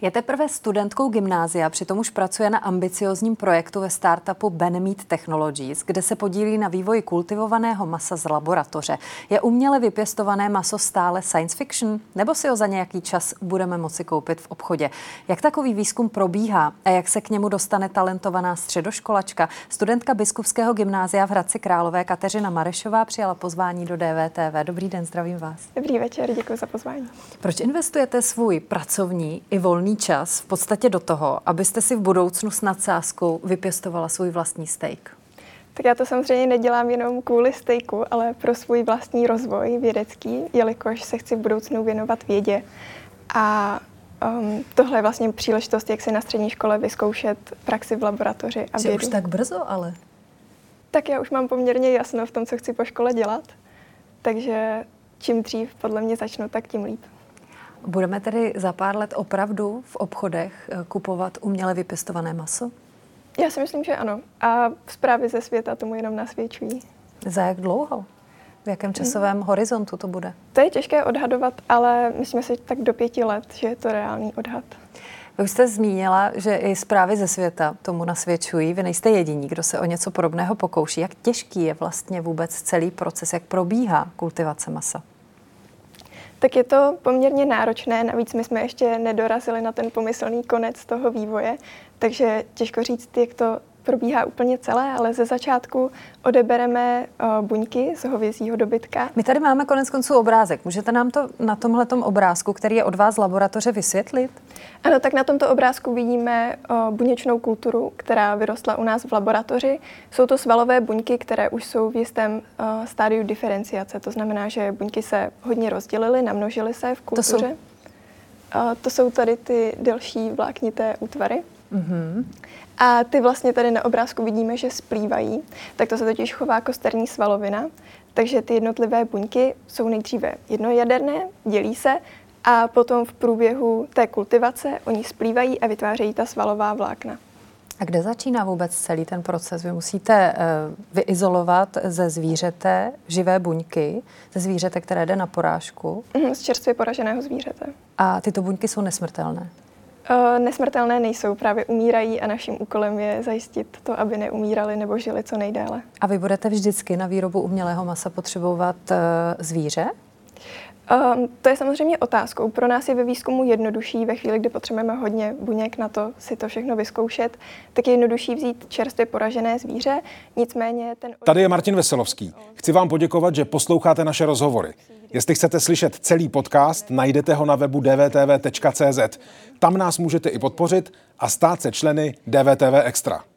Je teprve studentkou gymnázia, přitom už pracuje na ambiciózním projektu ve startupu Benemeat Technologies, kde se podílí na vývoji kultivovaného masa z laboratoře. Je uměle vypěstované maso stále science fiction, nebo si ho za nějaký čas budeme moci koupit v obchodě? Jak takový výzkum probíhá a jak se k němu dostane talentovaná středoškolačka? Studentka Biskupského gymnázia v Hradci Králové Kateřina Marešová přijala pozvání do DVTV. Dobrý den, zdravím vás. Dobrý večer, děkuji za pozvání. Proč investujete svůj pracovní i volný čas v podstatě do toho, abyste si v budoucnu s nadsázkou vypěstovala svůj vlastní steak? Tak já to samozřejmě nedělám jenom kvůli stejku, ale pro svůj vlastní rozvoj vědecký, jelikož se chci v budoucnu věnovat vědě. A tohle je vlastně příležitost, jak si na střední škole vyzkoušet praxi v laboratoři a vědu. Už tak brzo, ale? Tak já už mám poměrně jasno v tom, co chci po škole dělat. Takže čím dřív podle mě začnu, tak tím líp. Budeme tedy za pár let opravdu v obchodech kupovat uměle vypěstované maso? Já si myslím, že ano. A zprávy ze světa tomu jenom nasvědčují. Za jak dlouho? V jakém časovém horizontu to bude? To je těžké odhadovat, ale myslíme si tak do 5 let, že je to reálný odhad. Vy už jste zmínila, že i zprávy ze světa tomu nasvědčují. Vy nejste jediní, kdo se o něco podobného pokouší. Jak těžký je vlastně vůbec celý proces, jak probíhá kultivace masa? Tak je to poměrně náročné, navíc my jsme ještě nedorazili na ten pomyslný konec toho vývoje, takže těžko říct, jak to probíhá úplně celé, ale ze začátku odebereme buňky z hovězího dobytka. My tady máme konec konců obrázek. Můžete nám to na tomhletom obrázku, který je od vás z laboratoře, vysvětlit? Ano, tak na tomto obrázku vidíme buněčnou kulturu, která vyrostla u nás v laboratoři. Jsou to svalové buňky, které už jsou v jistém stádiu diferenciace. To znamená, že buňky se hodně rozdělily, namnožily se v kultuře. To jsou tady ty delší vláknité útvary. Mm-hmm. A ty vlastně tady na obrázku vidíme, že splývají. Tak to se totiž chová kosterní svalovina. Takže ty jednotlivé buňky jsou nejdříve jednojaderné, dělí se a potom v průběhu té kultivace oni splývají a vytvářejí ta svalová vlákna. A kde začíná vůbec celý ten proces? Vy musíte vyizolovat ze zvířete živé buňky, ze zvířete, které jde na porážku. Z čerstvě poraženého zvířete. A tyto buňky jsou nesmrtelné? Nesmrtelné nejsou, právě umírají a naším úkolem je zajistit to, aby neumírali nebo žili co nejdéle. A vy budete vždycky na výrobu umělého masa potřebovat zvíře? To je samozřejmě otázkou. Pro nás je ve výzkumu jednodušší ve chvíli, kdy potřebujeme hodně buněk na to si to všechno vyzkoušet, tak je jednodušší vzít čerstvě poražené zvíře, nicméně ten... Tady je Martin Veselovský. Chci vám poděkovat, že posloucháte naše rozhovory. Jestli chcete slyšet celý podcast, najdete ho na webu dvtv.cz. Tam nás můžete i podpořit a stát se členy DVTV Extra.